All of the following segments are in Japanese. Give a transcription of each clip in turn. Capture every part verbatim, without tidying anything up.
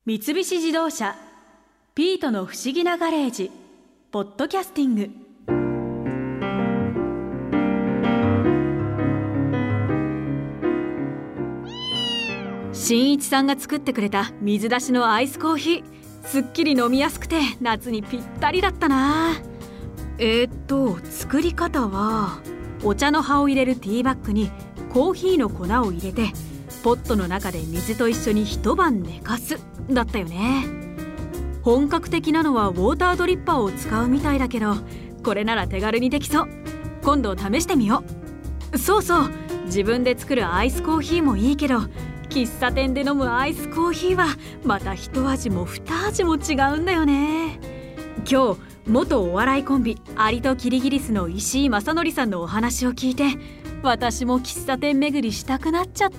三菱自動車ピートの不思議なガレージポッドキャスティング。新一さんが作ってくれた水出しのアイスコーヒー、すっきり飲みやすくて夏にぴったりだったな。えー、っと作り方はお茶の葉を入れるティーバッグにコーヒーの粉を入れてポットの中で水と一緒に一晩寝かすだったよね。本格的なのはウォータードリッパーを使うみたいだけど、これなら手軽にできそう。今度試してみよう。そうそう、自分で作るアイスコーヒーもいいけど、喫茶店で飲むアイスコーヒーはまた一味も二味も違うんだよね。今日元お笑いコンビアリとキリギリスの石井正則さんのお話を聞いて、私も喫茶店巡りしたくなっちゃった。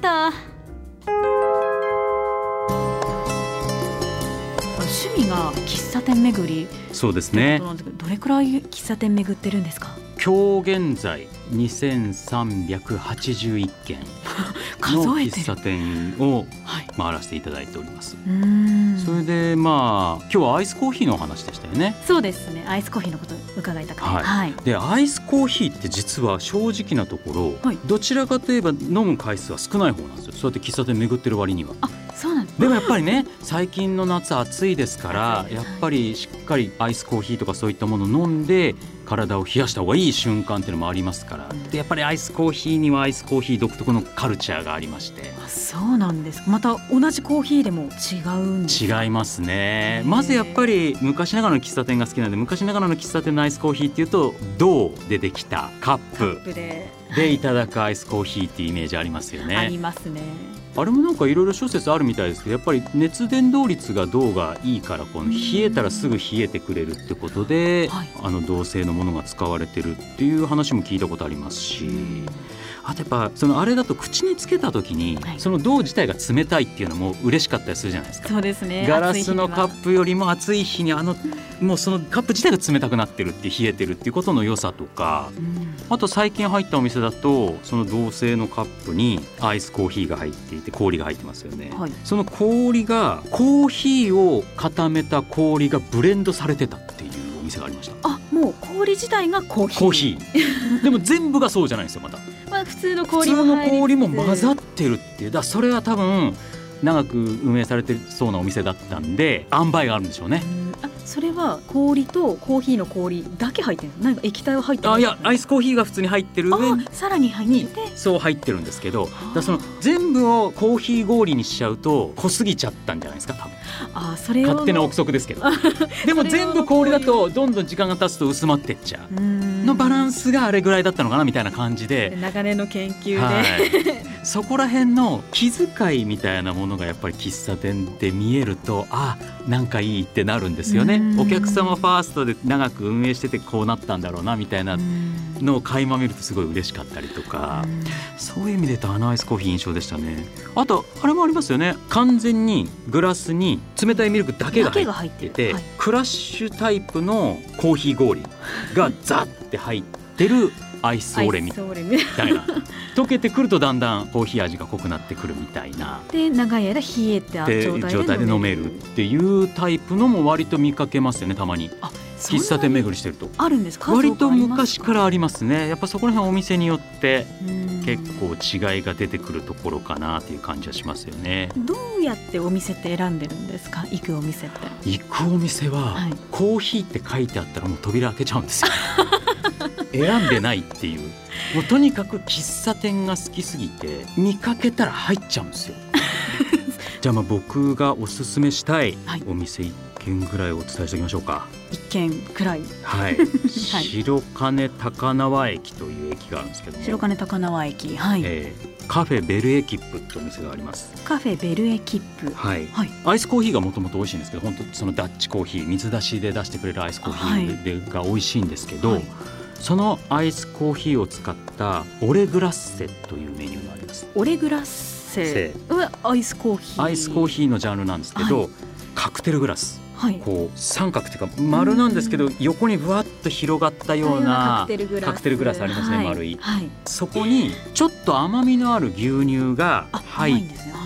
趣味が喫茶店巡り。 そうですね。 どれくらい喫茶店巡ってるんですか？ 今日現在にせんさんびゃくはちじゅういっけんの喫茶店を回らせていただいております。うーん、それでまあ今日はアイスコーヒーのお話でしたよね。 そうですね、アイスコーヒーのこと伺いたくて、はいはい、 でアイスコーヒーって実は正直なところ、はい、どちらかといえば飲む回数は少ない方なんですよ。そうやって喫茶店巡ってる割には。 あ、そうなんです。 でもやっぱりね、最近の夏暑いですから、やっぱりしっかりアイスコーヒーとかそういったものを飲んで体を冷やした方がいい瞬間っていうのもありますから。でやっぱりアイスコーヒーにはアイスコーヒー独特のカルチャーがありまして。 あ、そうなんです。また同じコーヒーでも違うんですか？ 違いますね。まずやっぱり昔ながらの喫茶店が好きなので、昔ながらの喫茶店のアイスコーヒーっていうと銅でできたカップでいただくアイスコーヒーっていうイメージありますよね。 ありますね。 あれもなんかいろいろ諸説あるみたいですけど、やっぱり熱伝導率が銅がいいから、この冷えたらすぐ冷えてくれるってことで、はい、あの銅製のものが使われてるっていう話も聞いたことありますし、あとやっぱそのあれだと口につけた時に、はい、その銅自体が冷たいっていうのも嬉しかったりするじゃないですか。 そうですね。 ガラスのカップよりも暑い日にあのもうそのカップ自体が冷たくなってるって冷えてるっていうことの良さとか、うん、あと最近入ったお店だとその銅製のカップにアイスコーヒーが入っていて氷が入ってますよね、はい、その氷がコーヒーを固めた氷がブレンドされてたっていうお店がありました。 あ、もう氷自体がコーヒー。 コーヒーでも全部がそうじゃないんですよ。またまあ、普通の氷も普通の氷も混ざってるっていう。だそれは多分長く運営されてそうなお店だったんで塩梅があるんでしょうね。 あ、それは氷とコーヒーの氷だけ入ってるの？何か液体は入ってる？ あ、いやアイスコーヒーが普通に入ってる上にさらに入っててそう入ってるんですけど、だその全部をコーヒー氷にしちゃうと濃すぎちゃったんじゃないですか多分。 あ、それを勝手な憶測ですけどでも全部氷だとどんどん時間が経つと薄まってっちゃうのバランスがあれぐらいだったのかなみたいな感じで、 長年の研究で、 はい、そこら辺の気遣いみたいなものがやっぱり喫茶店って見えると、あ、なんかいいってなるんですよね。お客様ファーストで長く運営しててこうなったんだろうなみたいなのを垣間見るとすごい嬉しかったりとか、そういう意味で言うとあのアイスコーヒー印象でしたね。あとあれもありますよね。完全にグラスに冷たいミルクだけが入ってて、はい、クラッシュタイプのコーヒー氷がザッて入ってるアイスオレみたいな溶けてくるとだんだんコーヒー味が濃くなってくるみたいなで、長い間冷えた状態で飲めるっていうタイプのも割と見かけますよね、たまに。あ、喫茶店巡りしてるとあるんですか？ 割と昔からありますね。やっぱそこら辺お店によって結構違いが出てくるところかなっていう感じはしますよね。 どうやってお店って選んでるんですか？行くお店って。 行くお店は、はい、コーヒーって書いてあったらもう扉開けちゃうんですよ選んでないっていう。もうとにかく喫茶店が好きすぎて見かけたら入っちゃうんですよじゃあまあ僕がおすすめしたいお店いっけんぐらいお伝えしておきましょうか。 いっけんくらい、 はい、白金高輪駅という駅があるんですけども、 白金高輪駅、はい、 えー、カフェベルエキップってお店があります。 カフェベルエキップ、 はいはい、アイスコーヒーがもともと美味しいんですけど、本当そのダッチコーヒー水出しで出してくれるアイスコーヒーで、はい、が美味しいんですけど、はい、そのアイスコーヒーを使ったオレグラッセというメニューがあります。 オレグラッセアイスコーヒーアイスコーヒーのジャンルなんですけど、はい、カクテルグラス、はい、こう三角っていうか丸なんですけど、横にぶわっと広がったようなカクテルグラス、カクテルグラスありますね、はい、丸い、はい、そこにちょっと甘みのある牛乳が入っ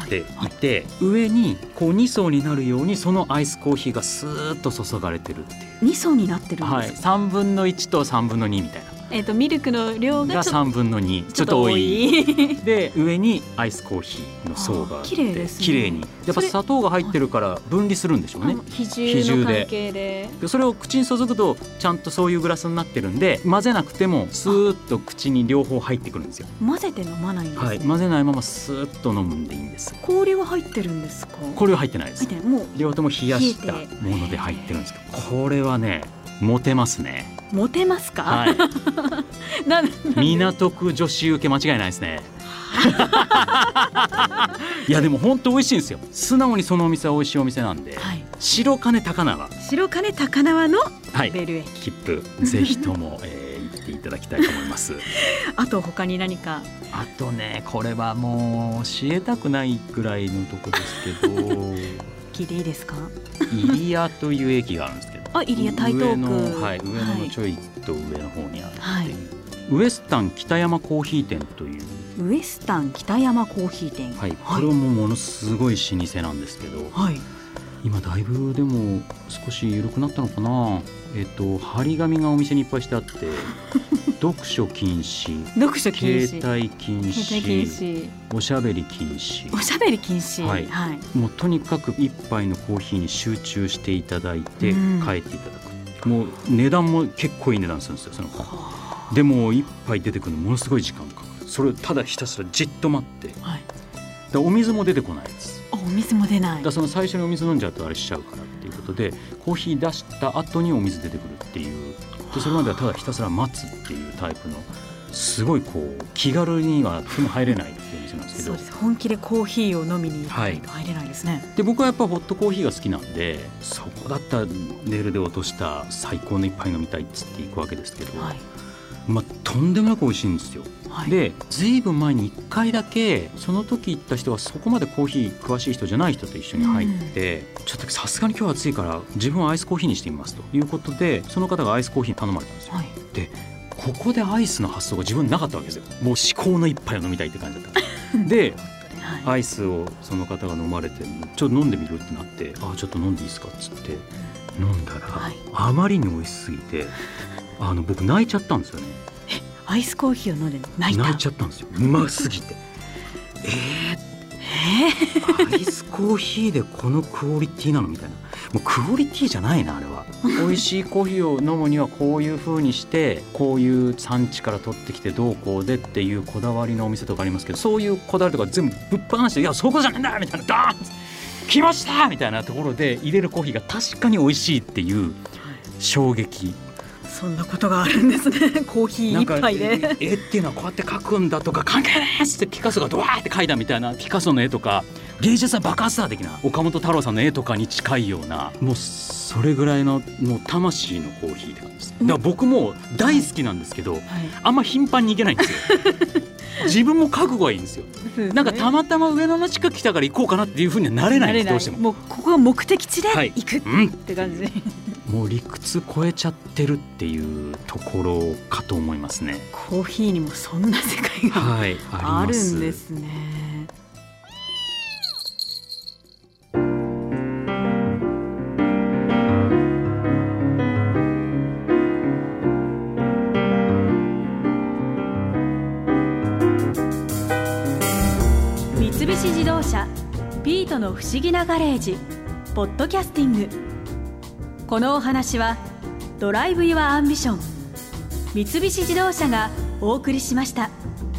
っていて、上にこうに層になるようにそのアイスコーヒーがスーッと注がれてるっていう。 に層になってるんですか？ はい、さんぶんのいちとさんぶんのにみたいな。 えー、とミルクの量がさんぶんのに、ちょっと多いで、上にアイスコーヒーの層があって、綺麗ですね。綺麗にやっぱ砂糖が入ってるから分離するんでしょうね。 比重の関係でそれを口に注ぐとちゃんとそういうグラスになってるんで、混ぜなくてもスーッと口に両方入ってくるんですよ。 混ぜて飲まないんですね。 はい、混ぜないままスーッと飲むんでいいんです。 氷は入ってるんですか？ 氷は入ってないです。 もう両方とも冷やしたもので入ってるんですけど、これはねモテますね。 モテますか？ はいな港区女子受け間違いないですねいやでも本当美味しいんですよ。素直にそのお店は美味しいお店なんで、はい、白金高輪白金高輪のベル駅、はい、 切符ぜひとも、えー、行っていただきたいと思いますあと他に何か？ あとね、これはもう教えたくないくらいのとこですけど聞いていいですか？ 入谷という駅があるんですけど、 あ、入谷台東区、 上の、はい、上野のちょいと上の方にあるっていう、はい、ウエスタン北山コーヒー店という。 ウエスタン北山コーヒー店、 はい、これもものすごい老舗なんですけど、はい、今だいぶでも少し緩くなったのかな。えっと張り紙がお店にいっぱいしてあって読書禁止、 読書禁止、 携帯禁止、携帯禁止、おしゃべり禁止、 おしゃべり禁止、はいはい、 もうとにかく一杯のコーヒーに集中していただいて帰っていただく、うん、もう値段も結構いい値段するんですよ。そのでも一杯出てくるのものすごい時間かかる。それをただひたすらじっと待って、はい、でお水も出てこないです。 お水も出ない。 だその最初にお水飲んじゃうとあれしちゃうからっていうことで、コーヒー出した後にお水出てくるっていう。でそれまではただひたすら待つっていうタイプのすごいこう気軽にはとても入れないっていうお店なんですけど、 そうです、本気でコーヒーを飲みに行かないと入れないですね、はい、 で僕はやっぱホットコーヒーが好きなんで、そこだったらネイルで落とした最高の一杯飲みたいっつっていくわけですけど、はい、まあ、とんでもなく美味しいんですよ、はい、でずいぶん前にいっかいだけその時行った人はそこまでコーヒー詳しい人じゃない人と一緒に入って、うん、ちょっとさすがに今日暑いから自分はアイスコーヒーにしてみますということで、その方がアイスコーヒー頼まれたんですよ、はい、でここでアイスの発想が自分なかったわけですよ。もう至高の一杯を飲みたいって感じだったで、はい、アイスをその方が飲まれてちょっと飲んでみるってなって、あちょっと飲んでいいですかっつって飲んだら、はい、あまりに美味しすぎてあの僕泣いちゃったんですよね。 えアイスコーヒーを飲んで泣いた？ 泣いちゃったんですよ、うますぎてえー、えー、アイスコーヒーでこのクオリティなのみたいな、もうクオリティじゃないなあれは美味しいコーヒーを飲むにはこういう風にしてこういう産地から取ってきてどうこうでっていうこだわりのお店とかありますけど、そういうこだわりとか全部ぶっ放して、いやそこじゃねえんだみたいな、ダーン来ましたみたいなところで入れるコーヒーが確かに美味しいっていう衝撃。 そんなことがあるんですね。コーヒー一杯で絵っていうのはこうやって描くんだとか関係ないっってピカソがドワーって描いたみたいな、ピカソの絵とか芸術は爆発だ的な岡本太郎さんの絵とかに近いような、もうそれぐらいのもう魂のコーヒーって感じです。だから僕も大好きなんですけど、はいはい、あんま頻繁に行けないんですよ自分も覚悟がいいんですよ。なんかたまたま上野の近く来たから行こうかなっていう風にはなれないんです。どうしてももうここが目的地で行くって感じ、はい、 うん、もう理屈超えちゃってるっていうところかと思いますね。 コーヒーにもそんな世界が、はい、あるんですね。三菱自動車ピートの不思議なガレージポッドキャスティング。このお話はドライブ・ユア・アンビション三菱自動車がお送りしました。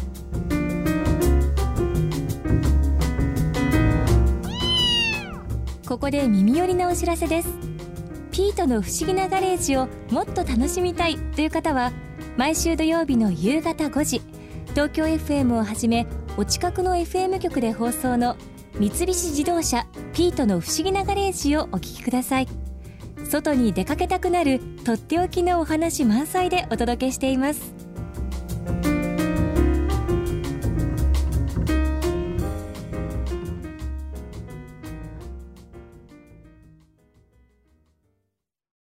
ここで耳寄りなお知らせです。ピートの不思議なガレージをもっと楽しみたいという方は、毎週土曜日の夕方ごじ、東京 エフエム をはじめお近くの エフエム 局で放送の三菱自動車ピートの不思議なガレージをお聞きください。外に出かけたくなるとっておきのお話満載でお届けしています。